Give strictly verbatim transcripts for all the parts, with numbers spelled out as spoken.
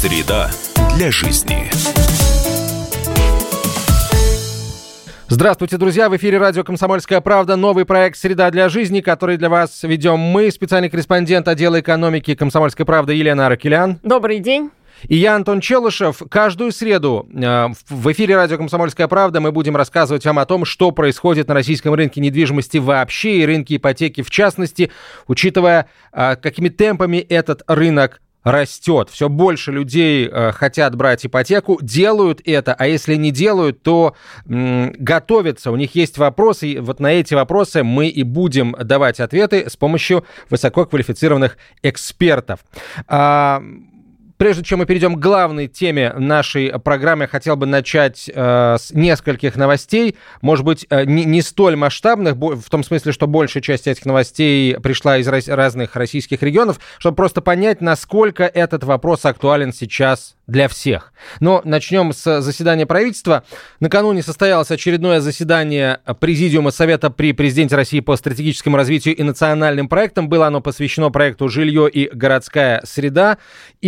Среда для жизни. Здравствуйте, друзья! В эфире радио «Комсомольская правда». Новый проект «Среда для жизни», который для вас ведем мы, специальный корреспондент отдела экономики «Комсомольской правды» Елена Аракелян. Добрый день. И я, Антон Челышев. Каждую среду э, в эфире радио «Комсомольская правда» мы будем рассказывать вам о том, что происходит на российском рынке недвижимости вообще и рынке ипотеки в частности, учитывая, э, какими темпами этот рынок растет. Все больше людей э, хотят брать ипотеку, делают это, а если не делают, то м, готовятся. У них есть вопросы, и вот на эти вопросы мы и будем давать ответы с помощью высококвалифицированных экспертов. А, Прежде чем мы перейдем к главной теме нашей программы, я хотел бы начать э, с нескольких новостей, может быть, э, не, не столь масштабных, в том смысле, что большая часть этих новостей пришла из раз, разных российских регионов, чтобы просто понять, насколько этот вопрос актуален сейчас для всех. Но начнем с заседания правительства. Накануне состоялось очередное заседание Президиума Совета при Президенте России по стратегическому развитию и национальным проектам. Было оно посвящено проекту «Жилье и городская среда».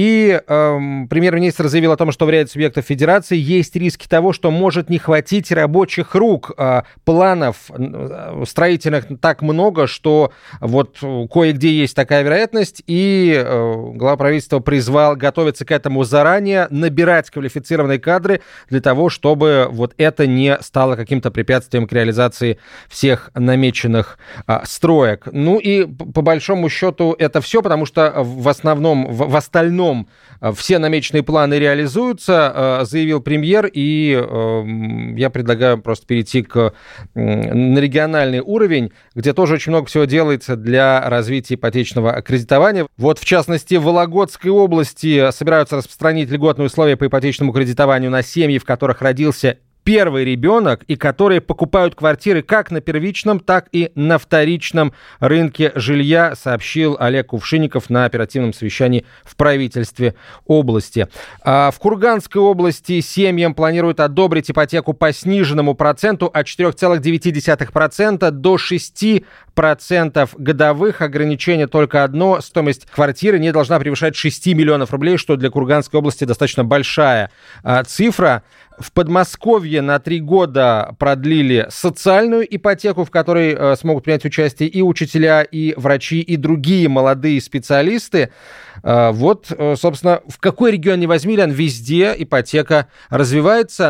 И эм, премьер-министр заявил о том, что в ряде субъектов федерации есть риски того, что может не хватить рабочих рук. Э, планов э, строительных так много, что вот кое-где есть такая вероятность. И э, глава правительства призвал готовиться к этому заранее, набирать квалифицированные кадры для того, чтобы вот это не стало каким-то препятствием к реализации всех намеченных а, строек. Ну и по большому счету это все, потому что в основном, в, в остальном все намеченные планы реализуются, а, заявил премьер, и а, я предлагаю просто перейти к, на региональный уровень, где тоже очень много всего делается для развития ипотечного кредитования. Вот в частности в Вологодской области собираются распространить льготные условия по ипотечному кредитованию на семьи, в которых родился первый ребенок и которые покупают квартиры как на первичном, так и на вторичном рынке жилья, сообщил Олег Кувшинников на оперативном совещании в правительстве области. А в Курганской области семьям планируют одобрить ипотеку по сниженному проценту от четыре целых девять десятых процента до шесть процентов годовых. Ограничение только одно: стоимость квартиры не должна превышать шесть миллионов рублей, что для Курганской области достаточно большая а, цифра. В Подмосковье на три года продлили социальную ипотеку, в которой э, смогут принять участие и учителя, и врачи, и другие молодые специалисты. Э, вот, э, собственно, в какой регион ни возьми, Лен, везде ипотека развивается,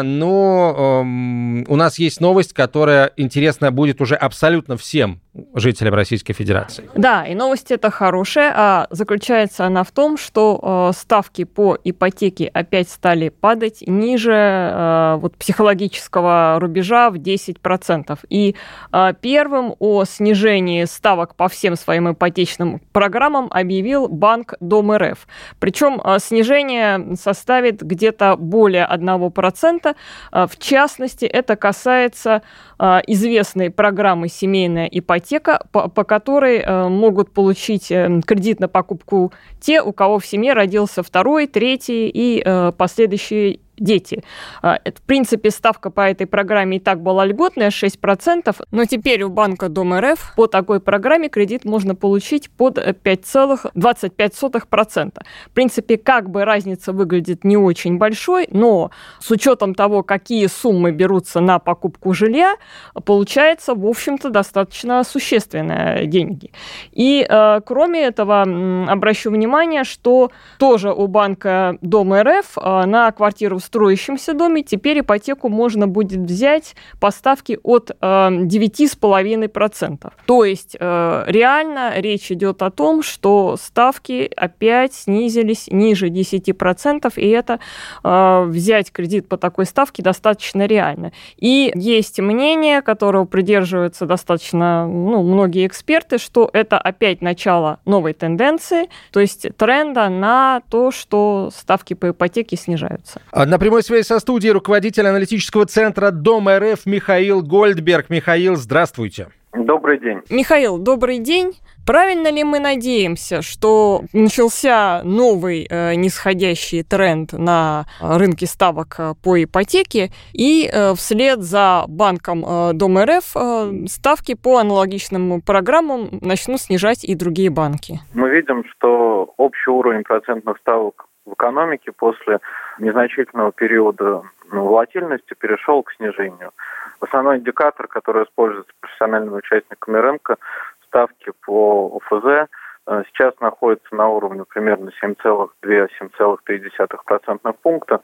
но э, у нас есть новость, которая интересна будет уже абсолютно всем жителям Российской Федерации. Да, и новость эта хорошая, а заключается она в том, что э, ставки по ипотеке опять стали падать ниже э, вот, психологического рубежа в десять процентов. И э, первым о снижении ставок по всем своим ипотечным программам объявил Банк Дом РФ. Причем э, снижение составит где-то более одного процента. Э, в частности, это касается э, известной программы «Семейная ипотека», По, по которой э, могут получить э, кредит на покупку те, у кого в семье родился второй, третий и э, последующие дети. В принципе, ставка по этой программе и так была льготная, шесть процентов, но теперь у Банка Дом РФ по такой программе кредит можно получить под пять целых двадцать пять сотых процента. В принципе, как бы разница выглядит не очень большой, но с учетом того, какие суммы берутся на покупку жилья, получается, в общем-то, достаточно существенные деньги. И, э, кроме этого, обращу внимание, что тоже у Банка Дом РФ э, на квартиру в строящемся доме теперь ипотеку можно будет взять по ставке от э, девять целых пять десятых процента. То есть э, реально речь идет о том, что ставки опять снизились ниже десять процентов, и это э, взять кредит по такой ставке достаточно реально. И есть мнение, которого придерживаются достаточно ну, многие эксперты, что это опять начало новой тенденции, то есть тренда на то, что ставки по ипотеке снижаются. На прямой связи со студией руководитель аналитического центра Дом РФ Михаил Гольдберг. Михаил, здравствуйте. Добрый день. Михаил, добрый день. Правильно ли мы надеемся, что начался новый э, нисходящий тренд на рынке ставок по ипотеке, и э, вслед за банком э, Дом РФ э, ставки по аналогичным программам начнут снижать и другие банки? Мы видим, что общий уровень процентных ставок в экономике после незначительного периода ну, волатильности перешел к снижению. Основной индикатор, который используется профессиональными участниками рынка, ставки по ОФЗ, сейчас находится на уровне примерно семь целых две - семь целых три десятых процентных пункта,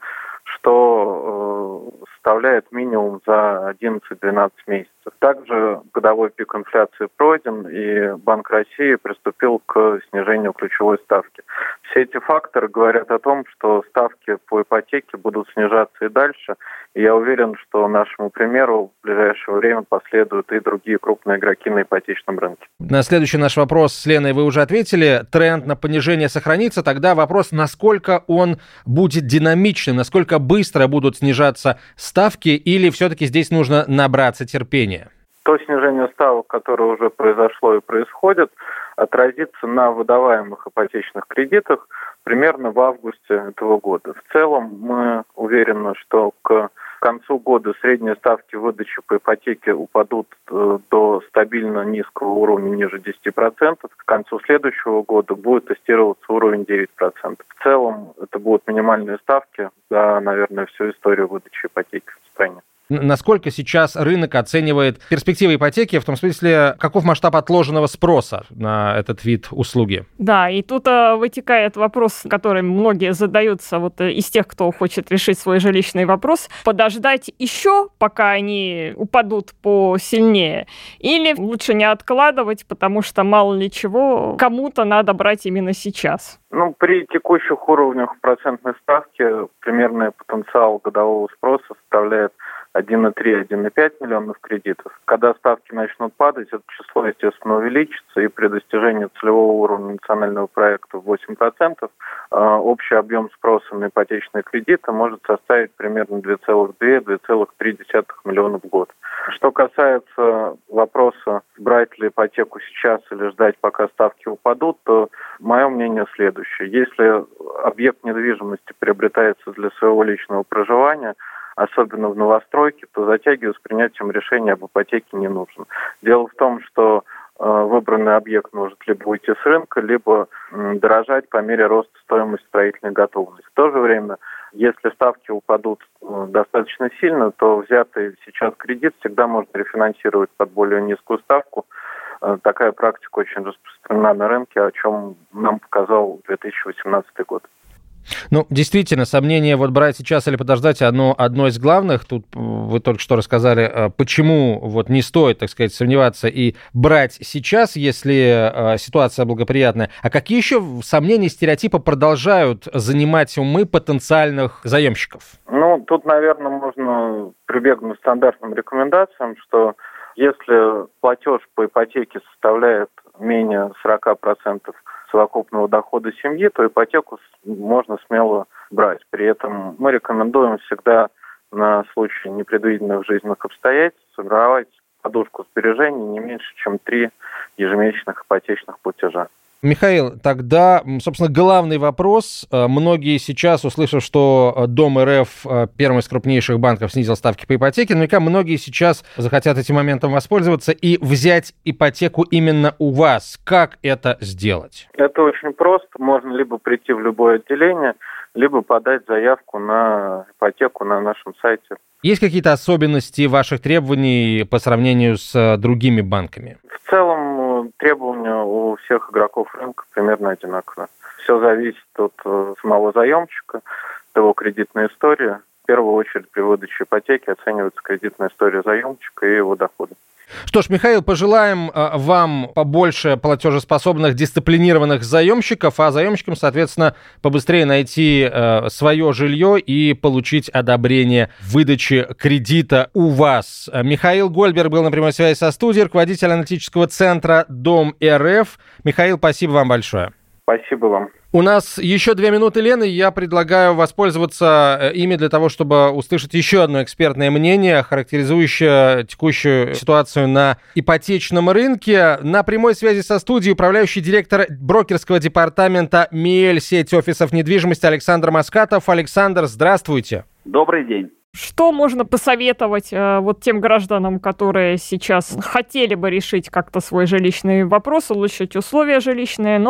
что э, составляет минимум за одиннадцать-двенадцать месяцев. Также годовой пик инфляции пройден, и Банк России приступил к снижению ключевой ставки. Все эти факторы говорят о том, что ставки по ипотеке будут снижаться и дальше, и я уверен, что нашему примеру в ближайшее время последуют и другие крупные игроки на ипотечном рынке. На следующий наш вопрос с Леной вы уже ответили. Тренд на понижение сохранится. Тогда вопрос, насколько он будет динамичным, насколько быстро будут снижаться ставки, или все-таки здесь нужно набраться терпения? То снижение ставок, которое уже произошло и происходит, отразится на выдаваемых ипотечных кредитах примерно в августе этого года. В целом мы уверены, что к концу года средние ставки выдачи по ипотеке упадут до стабильно низкого уровня, ниже десяти процентов. К концу следующего года будет тестироваться уровень девять процентов. В целом это будут минимальные ставки за, наверное, всю историю выдачи ипотеки в стране. Насколько сейчас рынок оценивает перспективы ипотеки, в том смысле, каков масштаб отложенного спроса на этот вид услуги? Да, и тут а, вытекает вопрос, который многие задаются вот из тех, кто хочет решить свой жилищный вопрос. Подождать еще, пока они упадут посильнее, или лучше не откладывать, потому что мало ли чего, кому-то надо брать именно сейчас? Ну, при текущих уровнях процентной ставки примерный потенциал годового спроса составляет один целых три - один целых пять миллионов кредитов. Когда ставки начнут падать, это число, естественно, увеличится, и при достижении целевого уровня национального проекта в восемь процентов э, общий объем спроса на ипотечные кредиты может составить примерно два целых две - два целых три десятых миллиона в год. Что касается вопроса, брать ли ипотеку сейчас или ждать, пока ставки упадут, то мое мнение следующее. Если объект недвижимости приобретается для своего личного проживания, особенно в новостройке, то затягивать с принятием решения об ипотеке не нужно. Дело в том, что э, выбранный объект может либо уйти с рынка, либо э, дорожать по мере роста стоимости строительной готовности. В то же время, если ставки упадут э, достаточно сильно, то взятый сейчас кредит всегда можно рефинансировать под более низкую ставку. Э, такая практика очень распространена на рынке, о чем нам показал две тысячи восемнадцатый год. Ну, действительно, сомнение, вот брать сейчас или подождать, оно одно из главных. Тут вы только что рассказали, почему вот не стоит, так сказать, сомневаться и брать сейчас, если ситуация благоприятная. А какие еще сомнения, стереотипы продолжают занимать умы потенциальных заемщиков? Ну, тут, наверное, можно прибегнуть к стандартным рекомендациям, что если платеж по ипотеке составляет менее сорок процентов совокупного дохода семьи, то ипотеку можно смело брать. При этом мы рекомендуем всегда на случай непредвиденных жизненных обстоятельств формировать подушку сбережений не меньше, чем три ежемесячных ипотечных платежа. Михаил, тогда, собственно, главный вопрос. Многие сейчас, услышав, что Дом РФ, первый из крупнейших банков, снизил ставки по ипотеке, наверняка многие сейчас захотят этим моментом воспользоваться и взять ипотеку именно у вас. Как это сделать? Это очень просто. Можно либо прийти в любое отделение, либо подать заявку на ипотеку на нашем сайте. Есть какие-то особенности ваших требований по сравнению с другими банками? В целом требования у всех игроков рынка примерно одинаковые. Все зависит от самого заемщика, от его кредитной истории. В первую очередь при выдаче ипотеки оценивается кредитная история заемщика и его доходы. Что ж, Михаил, пожелаем вам побольше платежеспособных, дисциплинированных заемщиков, а заемщикам, соответственно, побыстрее найти э, свое жилье и получить одобрение выдачи кредита у вас. Михаил Гольберг был на прямой связи со студией, руководитель аналитического центра Дом РФ. Михаил, спасибо вам большое. Спасибо вам. У нас еще две минуты, Лена, и я предлагаю воспользоваться ими для того, чтобы услышать еще одно экспертное мнение, характеризующее текущую ситуацию на ипотечном рынке. На прямой связи со студией управляющий директор брокерского департамента МИЭЛЬ сеть офисов недвижимости Александр Маскатов. Александр, здравствуйте. Добрый день. Что можно посоветовать э, вот тем гражданам, которые сейчас хотели бы решить как-то свой жилищный вопрос, улучшить условия жилищные, но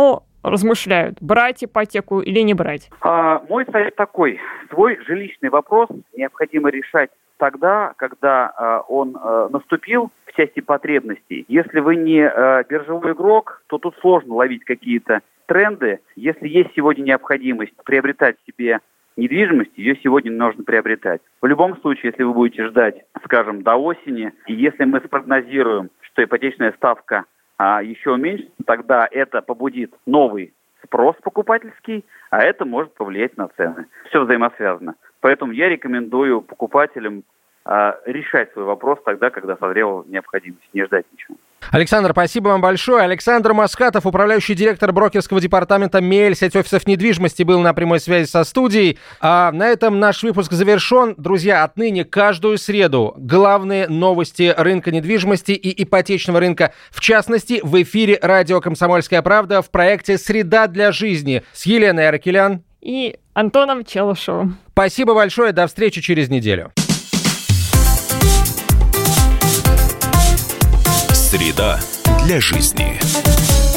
размышляют, брать ипотеку или не брать? А, мой совет такой. Свой жилищный вопрос необходимо решать тогда, когда а, он а, наступил в части потребностей. Если вы не а, биржевой игрок, то тут сложно ловить какие-то тренды. Если есть сегодня необходимость приобретать себе недвижимость, ее сегодня нужно приобретать. В любом случае, если вы будете ждать, скажем, до осени, и если мы спрогнозируем, что ипотечная ставка а, еще уменьшится, тогда это побудит новый спрос покупательский, а это может повлиять на цены. Все взаимосвязано. Поэтому я рекомендую покупателям а, решать свой вопрос тогда, когда созрела необходимость, не ждать ничего. Александр, спасибо вам большое. Александр Маскатов, управляющий директор брокерского департамента МЕЛЬ, сеть офисов недвижимости, был на прямой связи со студией. А на этом наш выпуск завершен. Друзья, отныне каждую среду главные новости рынка недвижимости и ипотечного рынка, в частности, в эфире радио «Комсомольская правда» в проекте «Среда для жизни» с Еленой Аракелян и Антоном Челышевым. Спасибо большое. До встречи через неделю. Среда для жизни.